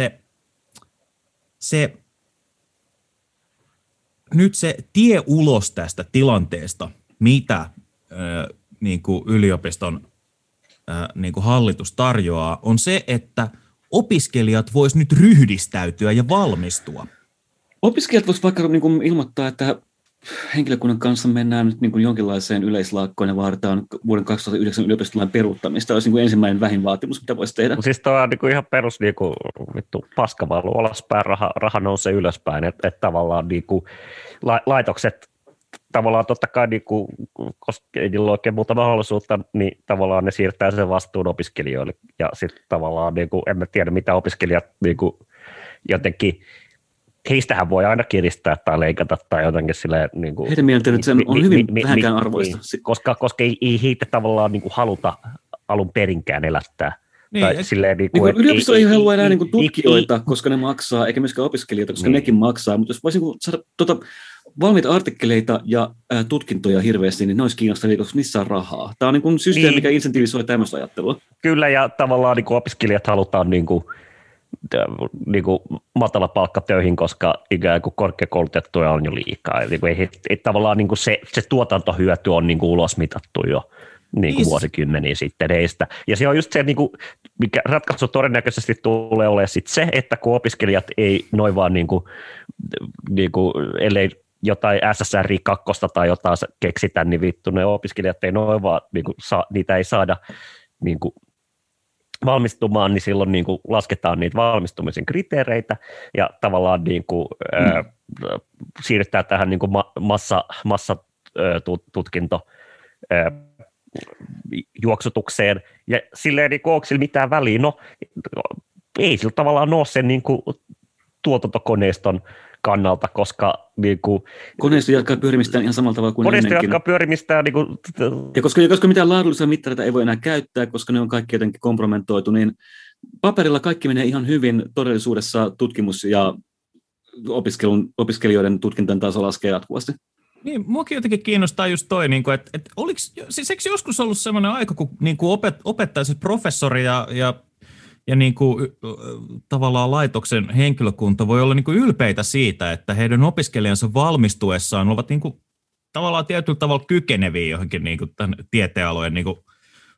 nyt se tie ulos tästä tilanteesta, mitä niin kuin yliopiston niin kuin hallitus tarjoaa, on se, että opiskelijat vois nyt ryhdistäytyä ja valmistua. Opiskelijat vois vaikka niin kuin ilmoittaa, että henkilökunnan kanssa mennään nyt niin kuin jonkinlaiseen yleislaakkoon ja vaaditaan vuoden 2009 yliopistolain peruuttamista. Olisi niin kuin ensimmäinen vähin vaatimus, mitä voisi tehdä. Siis tämä on niin kuin ihan perus niin kuin, paskavalu alaspäin, raha nousee ylöspäin. Että tavallaan niin kuin, laitokset tavallaan totta kai, niin kuin, koska ei niillä ole oikein muuta mahdollisuutta, niin tavallaan ne siirtää sen vastuun opiskelijoille. Ja sitten tavallaan, niin kuin, en mä tiedä, mitä opiskelijat niin kuin, jotenkin, heistähän voi aina kiristää tai leikata tai jotenkin silleen. Niin kuin, heidän mielestä se on hyvin vähänkään arvoista. Koska ei heitä tavallaan niin kuin, haluta alun perinkään elättää. Niin, silleen, yliopisto ei halua enää niin tutkijoita, koska ne maksaa, eikä myöskään opiskelijoita, koska nekin maksaa. Mutta jos voisi saada valmiita artikkeleita ja tutkintoja hirveästi, niin ne olisi kiinnostavia, koska niissä on rahaa. Tämä on niin systeemi, mikä insentiivisoi tämmöistä ajattelua. Kyllä, ja tavallaan niin opiskelijat halutaan niin kuin matala palkkatöihin, koska ikään kuin korkeakoulutettuja on jo liikaa. Ei tavallaan niin kuin se tuotantohyöty on niin kuin ulosmitattu jo niin kuin vuosikymmeniä sitten heistä. Ja se on just se, niin kuin, mikä ratkaisu todennäköisesti tulee olemaan sitten se, että kun opiskelijat ei noin vaan, niin kuin, ellei jotain SSRI-2 tai jotain keksitä, niin vittu ne opiskelijat ei noin vaan, niin kuin, niitä ei saada niin kuin, valmistumaan, niin silloin niin kuin lasketaan niitä valmistumisen kriteereitä ja tavallaan niin kuin, siirrytään tähän niin kuin massatutkinto juoksutukseen ja silleen niin kuin, onko sillä mitään väliä? No ei sillä tavallaan ole sen niin kuin tuotantokoneiston kannalta, koska niin kuin, koneisto jatkaa pyörimistään ihan samalla tavalla kuin koneisto ennenkin. Koneisto jatkaa pyörimistään. Niin kuin, ja koska mitään laadullisia mittareita ei voi enää käyttää, koska ne on kaikki jotenkin kompromentoitu, niin paperilla kaikki menee ihan hyvin. Todellisuudessa tutkimus ja opiskelijoiden tutkintojen taso laskee jatkuvasti. Niin, muakin jotenkin kiinnostaa just toi, että oliko siis eikö joskus ollut sellainen aika, kun opettaisit professori ja niin kuin, tavallaan laitoksen henkilökunta voi olla niin kuin ylpeitä siitä, että heidän opiskelijansa valmistuessaan ovat niin kuin, tavallaan tietyllä tavalla kykeneviä johonkin niin kuin tämän tieteenalojen niin kuin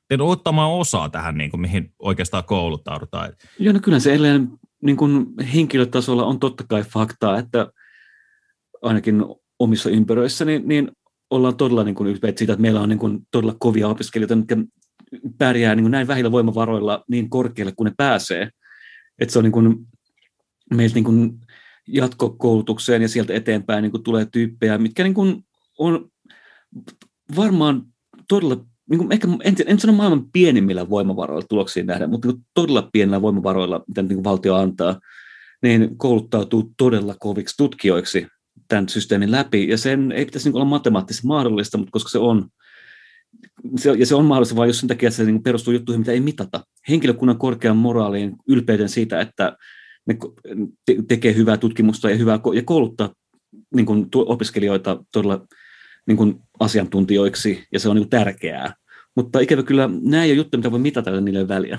ottamaan osaa tähän, niin kuin, mihin oikeastaan kouluttaudutaan. Joo, no kyllä se edelleen niin kuin henkilötasolla on totta kai faktaa, että ainakin omissa ympyröissä niin ollaan todella niin kuin ylpeitä siitä, että meillä on niin kuin todella kovia opiskelijoita, mitkä pärjää niin kuin näin vähillä voimavaroilla niin korkealle kuin ne pääsee. Että se on niin kuin, meiltä niin kuin jatkokoulutukseen ja sieltä eteenpäin niin kuin tulee tyyppejä, mitkä niin kuin on varmaan todella, niin kuin ehkä, en sano maailman pienimmillä voimavaroilla tuloksiin nähdä, mutta niin kuin todella pienillä voimavaroilla, mitä niin kuin valtio antaa, niin kouluttautuu todella koviksi tutkijoiksi tämän systeemin läpi, ja sen ei pitäisi niin olla matemaattisesti mahdollista, mutta koska se on mahdollista vain jos sen takia, että se niin perustuu juttuihin, mitä ei mitata. Henkilökunnan korkean moraaliin, ylpeyden siitä, että ne tekee hyvää tutkimusta ja kouluttaa niin kuin opiskelijoita todella niin kuin asiantuntijoiksi, ja se on niin kuin tärkeää. Mutta ikävä kyllä nämä ei ole juttuja, mitä voi mitata, ja niille ei väliä.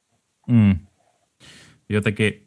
Jotenkin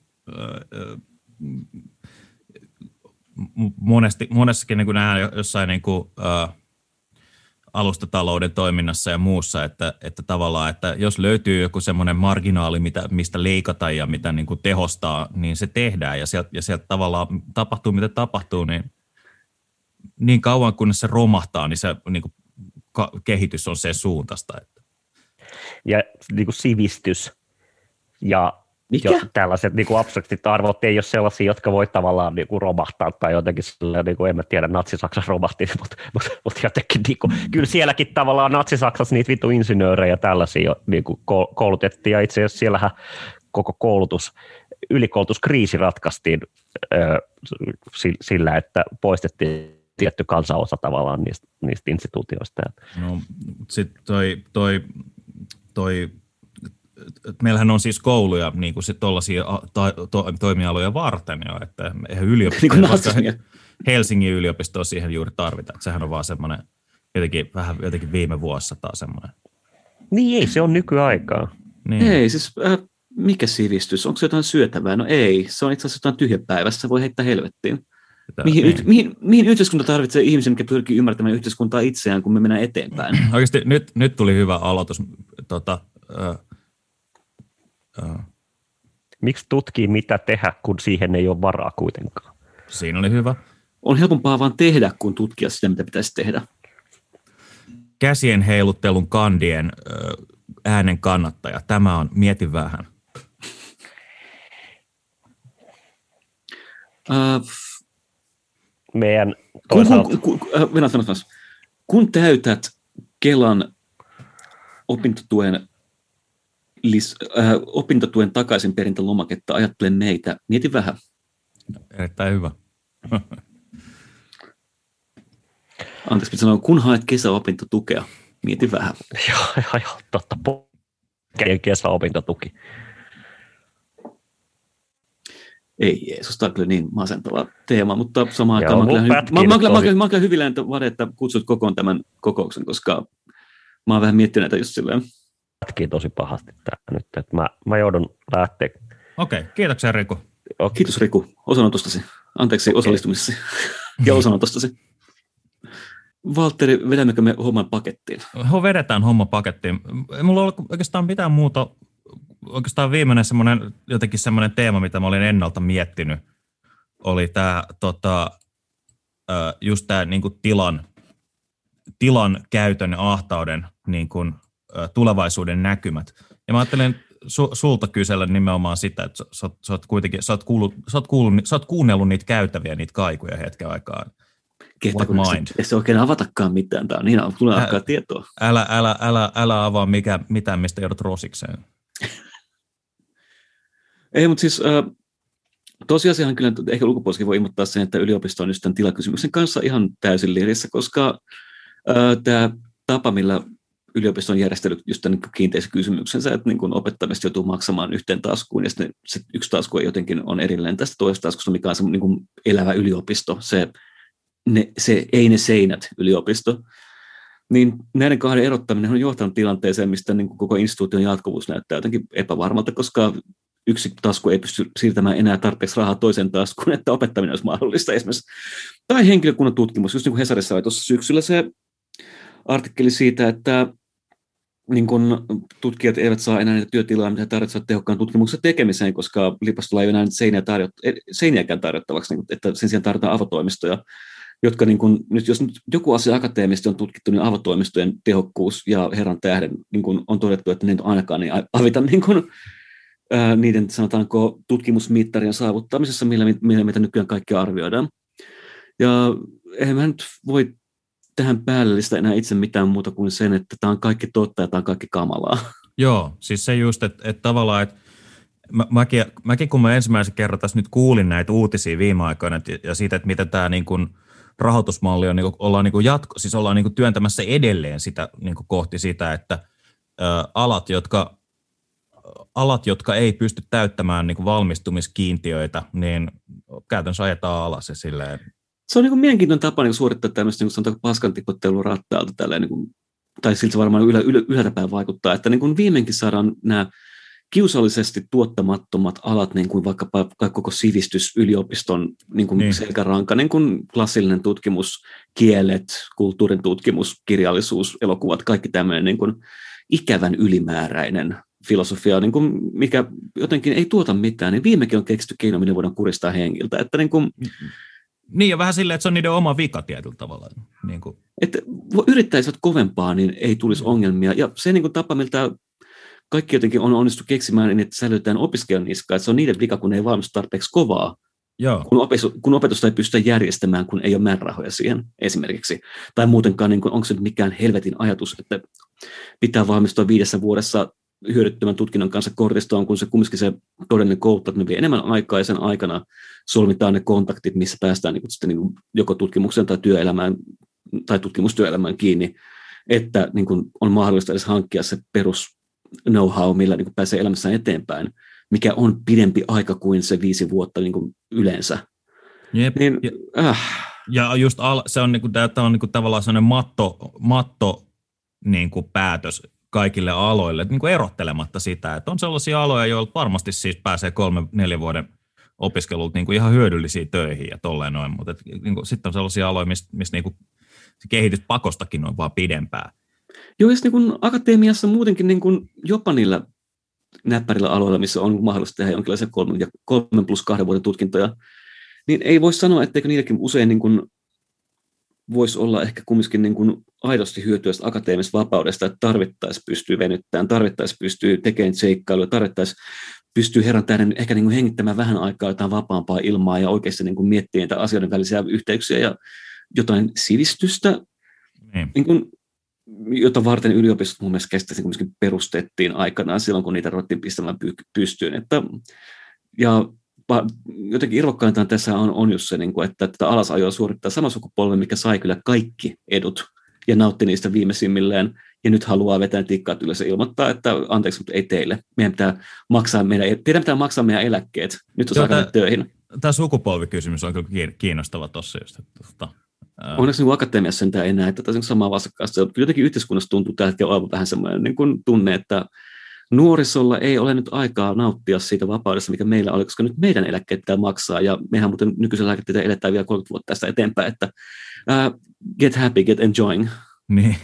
monessakin niin kuin nähdään jossain niin kuin, alustatalouden toiminnassa ja muussa, että tavallaan, että jos löytyy joku semmoinen marginaali, mistä leikata ja mitä niin kuin tehostaa, niin se tehdään ja sieltä tavallaan tapahtuu, mitä tapahtuu, niin kauan kunnes se romahtaa, niin se niin kuin kehitys on sen suuntaista. Ja niin kuin sivistys ja tällaiset niin kuin abstraktit arvot ei ole sellaisia, jotka voi tavallaan niin kuin romahtaa tai jotenkin sillä, niin kuin, en mä tiedä, Natsi-Saksassa romahti, mutta jotenkin niin kuin, kyllä sielläkin tavallaan Natsi-Saksassa niitä vittu insinöörejä tällaisia niin kuin koulutettiin ja itse asiassa siellähän koko ylikoulutuskriisi ratkaistiin sillä, että poistettiin tietty kansanosa tavallaan niistä instituutioista. No, sitten meillähän on siis kouluja niin kuin tuollaisia toimialoja varten jo, että eihän yliopisto, Helsingin yliopistoa siihen juuri tarvita. Että sehän on vaan semmoinen jotenkin viime vuossa taas semmoinen. Niin ei, se on nykyaikaa. Niin. Ei, siis mikä sivistys? Onko se jotain syötävää? No ei, se on itse asiassa jotain tyhjäpäivässä, voi heittää helvettiin. Mihin yhteiskunta tarvitsee ihmisen, mikä pyrkii ymmärtämään yhteiskuntaa itseään, kun me mennään eteenpäin? Oikeasti nyt tuli hyvä aloitus. Miksi tutkii mitä tehdä, kun siihen ei ole varaa kuitenkaan? Siinä oli hyvä. On helpompaa vaan tehdä, kuin tutkia sitä, mitä pitäisi tehdä. Käsien heiluttelun kandien äänen kannattaja. Tämä on mieti vähän. Meidän toisaalta... Kun täytät Kelan opintotuen takaisinperintälomaketta, ajattele meitä. Mieti vähän. Erittäin hyvä. Anteeksi, pitää sanoa, kun haet kesäopintotukea, mieti vähän. Joo, totta. Kesäopintotuki. Ei Jeesus, tämä on kyllä niin masentava teema, mutta samaan aikaan mä oon hyvillä, että kutsut kokoon tämän kokouksen, koska mä oon vähän miettinyt näitä just silleen. Pätkii tosi pahasti tämä nyt, että mä joudun lähteä. Okei, kiitoksia Riku. Okay. Kiitos Riku osanotostasi. Anteeksi osallistumisesi ja osanotostasi. Valtteri, vedämmekö me homman pakettiin? Vedetään homma pakettiin. Mulla ei ollut oikeastaan mitään muuta. Oikeastaan viimeinen jotenkin semmoinen teema, mitä mä olin ennalta miettinyt, oli tämä just tämä niinku tilan käytön ja ahtauden niinku, tulevaisuuden näkymät. Ja mä ajattelin sulta kysellä nimenomaan sitä, että sä oot kuunnellut niitä käytäviä, niitä kaikuja hetken aikaa. Ei se oikein avatakaan mitään. Tämä on niin, tulee alkaa tietoa. Älä avaa mitään, mistä joudut rosikseen. Ei, mutta siis tosiasiahan kyllä ehkä ulkopuoliskin voi ilmoittaa sen, että yliopisto on just tämän tilakysymyksen kanssa ihan täysin liirissä, koska tämä tapa, millä yliopisto on järjestellyt just tämän kiinteisen kysymyksensä, että niin opettamista joutuu maksamaan yhteen taskuun, ja sitten se yksi tasku jotenkin on erillinen tästä toisesta taskusta, mikä on se niin kuin elävä yliopisto, ei ne seinät yliopisto. Niin näiden kahden erottaminen on johtanut tilanteeseen, mistä niin koko instituution jatkuvuus näyttää jotenkin epävarmalta, koska yksi tasku ei pysty siirtämään enää tarpeeksi rahaa toiseen taskuun, että opettaminen olisi mahdollista esimerkiksi. Tai henkilökunnan tutkimus, just niin kuin Hesarissa oli tuossa syksyllä se artikkeli siitä, että niin kun tutkijat eivät saa enää niitä työtiloja, mitä tarvitsevat tehokkaan tutkimuksen tekemiseen, koska lipastolla ei ole enää seiniäkään tarjottavaksi, niin että sen sijaan tarvitaan avotoimistoja, jotka niin kun, nyt, jos nyt joku asia akateemisesti on tutkittu, niin avotoimistojen tehokkuus ja herran tähden niin kun on todettu, että ne ei ainakaan niin avita niin kun, niiden sanotaanko tutkimusmittarien saavuttamisessa, millä mitä nykyään kaikki arvioidaan. Ja eihän mä nyt voi tähän päällistä enää itse mitään muuta kuin sen, että tämä on kaikki totta ja tämä on kaikki kamalaa. Joo, siis se just, että tavallaan, että mäkin kun mä ensimmäisen kerran tässä nyt kuulin näitä uutisia viime aikoina ja siitä, että miten tämä niin kuin rahoitusmalli on, niin kuin, ollaan, niin kuin siis ollaan niin kuin työntämässä edelleen sitä niin kuin kohti sitä, että alat, jotka ei pysty täyttämään niin kuin valmistumiskiintiöitä, niin käytännössä ajetaan alas ja silleen. Se on niin kuin mielenkiintoinen tapa niin suorittaa tämmöistä niin paskantipottelua rattaalta, niin kuin, tai siltä varmaan ylhäältäpäin vaikuttaa, että niin kuin viimeinkin saadaan nämä kiusallisesti tuottamattomat alat, niin kuin vaikkapa koko sivistysyliopiston niin kuin selkäranka, niin kuin klassillinen tutkimus, kielet, kulttuurin tutkimus, kirjallisuus, elokuvat, kaikki tämmöinen niin kuin ikävän ylimääräinen filosofia, niin kuin, mikä jotenkin ei tuota mitään, niin viimekin on keksitty keino, millä voidaan kuristaa hengiltä. Että niin kuin, niin ja vähän silleen, että se on niiden oma vika tietyllä tavalla. Niin kuin. Että yrittäisivät kovempaa, niin ei tulisi ongelmia. Ja se niin kuin tapa, miltä kaikki jotenkin on onnistu keksimään, niin että säilytetään opiskelijan niskaa, että se on niiden vika, kun ei valmistu tarpeeksi kovaa. Joo. Kun opetusta ei pystytä järjestämään, kun ei ole määrärahoja siihen esimerkiksi. Tai muutenkaan, niin onko se mikään helvetin ajatus, että pitää valmistua 5 vuodessa hyödyttömän tutkinnon kanssa kortistoon, kun se kumminkin se todellinen kouluttautuminen vie enemmän aikaa, ja sen aikana solmitaan ne kontaktit, missä päästään niin kuin joko tutkimukseen tai työelämään tai tutkimustyöelämään kiinni, että niin kuin on mahdollista edes hankkia se perus know-how, millä niin kuin pääsee elämässään eteenpäin, mikä on pidempi aika kuin se 5 vuotta niin kuin yleensä. Jep. Niin, Ja just se on, niin kuin, tämä on niin kuin tavallaan sellainen matto niin kuin päätös kaikille aloille, niin kuin erottelematta sitä, että on sellaisia aloja, joilla varmasti siis pääsee 3-4 vuoden opiskelulta niin kuin ihan hyödyllisiä töihin ja tolleen noin, mutta niin sitten on sellaisia aloja, missä niin kuin se kehitys pakostakin on vaan pidempää. Joo, ja niin kuin akatemiassa muutenkin niin kuin jopa niillä näppärillä aloilla, missä on mahdollista tehdä jonkinlaisia 3+2 vuoden tutkintoja, niin ei voi sanoa, etteikö niitäkin usein niin kuin voisi olla ehkä kumminkin niin kuin aidosti hyötyä akateemisesta vapaudesta, että tarvittaisiin pystyy venyttämään, tarvittaisiin pystyy tekemään seikkailuja, tarvittaisiin pystyy herran tähden ehkä niin kuin hengittämään vähän aikaa jotain vapaampaa ilmaa ja oikeasti niin kuin miettimään niitä asioiden välisiä yhteyksiä ja jotain sivistystä, niin kuin, jota varten yliopistot mun mielestä kestäisi kumminkin perustettiin aikanaan silloin, kun niitä ruvettiin pistämään pystyyn. Ja jotenkin irvokkaintaan tässä on just se, että tätä alasajoa suorittaa sama sukupolvi, mikä sai kyllä kaikki edut ja nautti niistä viimeisimmilleen, ja nyt haluaa vetää tikkaat ylös ja ilmoittaa, että anteeksi, mutta ei teille. Teidän pitää maksaa meidän eläkkeet. Nyt on saada töihin. Tämä sukupolvikysymys on kyllä kiinnostava tuossa just. Onneksi niin akatemiassa sentään ei näe, että tässä on samaa vastakkaista. Jotenkin yhteiskunnassa tuntuu tällä hetkellä olevan vähän semmoinen niin kuin tunne, että nuorisolla ei ole nyt aikaa nauttia siitä vapaudesta, mikä meillä oli, koska nyt meidän eläkkeet pitää maksaa, ja mehän muuten nykyisellä eläkkeitä eletään vielä 30 vuotta tästä eteenpäin, että get happy, get enjoying. Niin.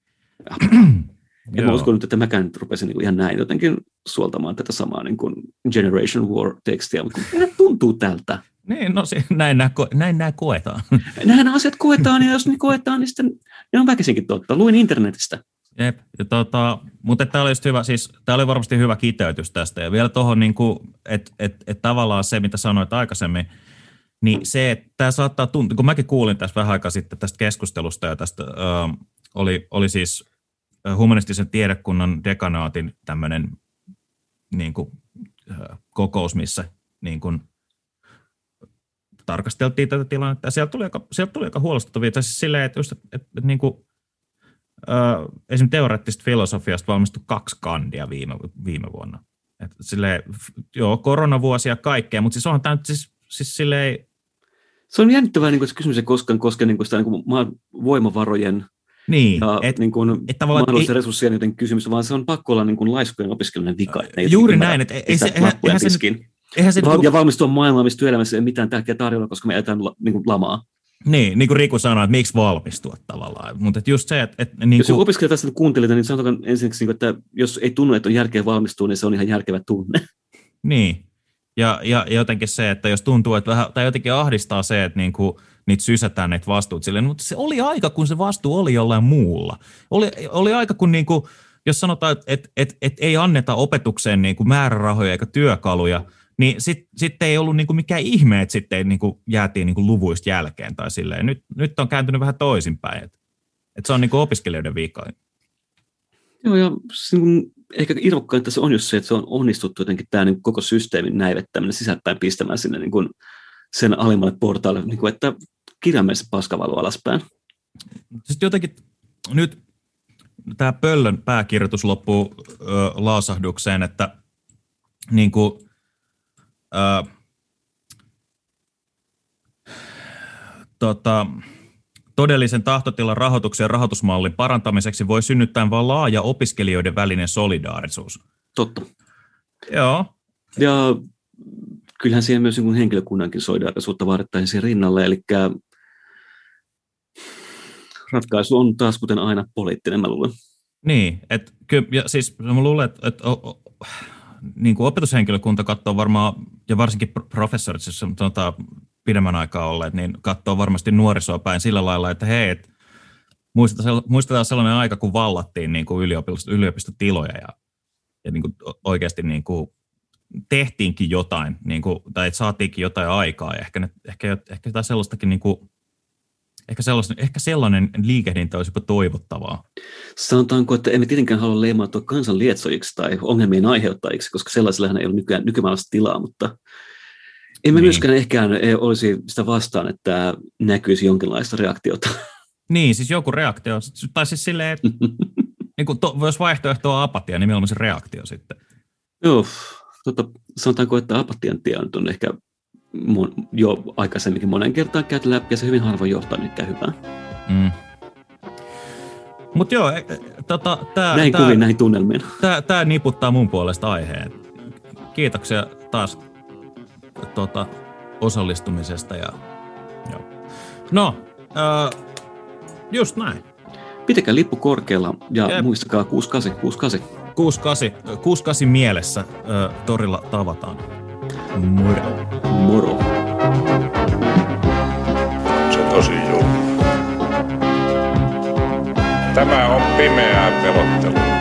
En mä uskonut, että mäkään nyt rupesin niin ihan näin jotenkin suoltamaan tätä samaa niin kuin Generation War-tekstiä, mutta ne tuntuu tältä. Niin, no näin nämä koetaan. Näin asiat koetaan, ja jos ne koetaan, niin sitten ne on väkisinkin totta. Luin internetistä. Jep, mutta tämä oli just hyvä, siis tämä oli varmasti hyvä kiteytys tästä, ja vielä tuohon, niin että tavallaan se, mitä sanoit aikaisemmin, niin se, että tämä saattaa tuntua, kun mäkin kuulin tässä vähän aikaa sitten tästä keskustelusta, ja tästä oli siis humanistisen tiedekunnan dekanaatin tämmöinen niin kuin, kokous, missä niin kuin, tarkasteltiin tätä tilannetta, ja sieltä tuli aika huolestuttavia, siis silleen, että niin kuin, esimerkiksi teoreettisesta filosofiasta valmistui 2 kandia viime vuonna. Silleen, joo, koronavuosia ja kaikkea, mutta siis onhan tämä nyt siis silleen. Se on jännittävää, niin kuin se kysymys ei koskaan koske niin kuin sitä niin kuin voimavarojen niin, ja niin kuin mahdollisten resurssien joten kysymys, vaan se on pakko olla niin kuin laiskojen opiskelijoiden vika. Juuri näin, että ja valmistua maailmaan, missä työelämässä ei mitään tärkeää tarjolla, koska me eletään niin kuin lamaa. Niin kuin Riku sanoi, että miksi valmistua tavallaan. Mutta just se, että niin jos opiskelija tässä kuuntelee, niin sanotaan ensinnäkin, että jos ei tunnu, että on järkeä valmistua, niin se on ihan järkevä tunne. Niin. Ja jotenkin se, että jos tuntuu, että vähän, tai jotenkin ahdistaa se, että niinku, niitä sysätään näitä vastuut silleen, mutta se oli aika, kun se vastuu oli jollain muulla. Oli aika, kun niinku, jos sanotaan, että ei anneta opetukseen niinku määrärahoja eikä työkaluja, niin sitten ei ollut niinku mikään ihme, että sitten niinku jäätiin niinku luvuista jälkeen tai silleen. Nyt on kääntynyt vähän toisinpäin, että se on niinku opiskelijoiden vika. Joo, ja ehkä irvokkainta se on just se, että se on onnistuttu jotenkin tämä niin koko systeemin näivettäminen sisäänpäin pistämään sinne niin kuin sen alimmalle portaalle, niin kuin, että kirjaimellisesti paskavalu alaspäin. Sitten jotenkin nyt tämä Pöllön pääkirjoitus loppuu lausahdukseen, että niin kuin, todellisen tahtotilan rahoituksen ja rahoitusmallin parantamiseksi voi synnyttää vain laaja opiskelijoiden välinen solidaarisuus. Totta. Joo. Ja kyllähän siihen myös henkilökunnankin solidaarisuutta vaadittaisiin siihen rinnalle, eli ratkaisu on taas kuten aina poliittinen, mä luulen. Niin, että ja siis mä luulen, että niin kuin opetushenkilökunta katsoo varmaan, ja varsinkin professorit, jos sanotaan pidemmän aikaa olleet, niin katsoo varmasti nuorisoa päin sillä lailla, että hei, et muistetaan sellainen aika, kun vallattiin niin kuin yliopistotiloja ja niin kuin oikeasti niin kuin tehtiinkin jotain, niin kuin, tai että saatiinkin jotain aikaa, ja ehkä jotain sellaistakin, niin kuin, ehkä sellainen liikehdintä olisi jopa toivottavaa. Sanotaanko, että emme tietenkään halua leimautua kansan lietsojiksi tai ongelmien aiheuttajiksi, koska sellaisillahan ei ole nykymaailmassa tilaa, mutta emme myöskään ehkä olisi sitä vastaan, että näkyisi jonkinlaista reaktiota. Niin, siis joku reaktio, tai siis silleen, että niin jos vaihtoehto on apatia, niin milloin se reaktio sitten? Joo, sanotaanko, että apatian tie on ehkä jo aikaisemminkin monen kertaan käyty läpi, ja se hyvin harvoin johtaa nytkään hyvää. Mutta joo, näin kuviin, näihin tunnelmiin. Tämä niputtaa mun puolesta aiheen. Kiitoksia taas osallistumisesta. Ja no, just näin. Pitäkää lippu korkealla ja muistakaa 6868. 68 mielessä torilla tavataan. Moro. Moro. Se tosi julma. Tämä on pimeää pelottelua.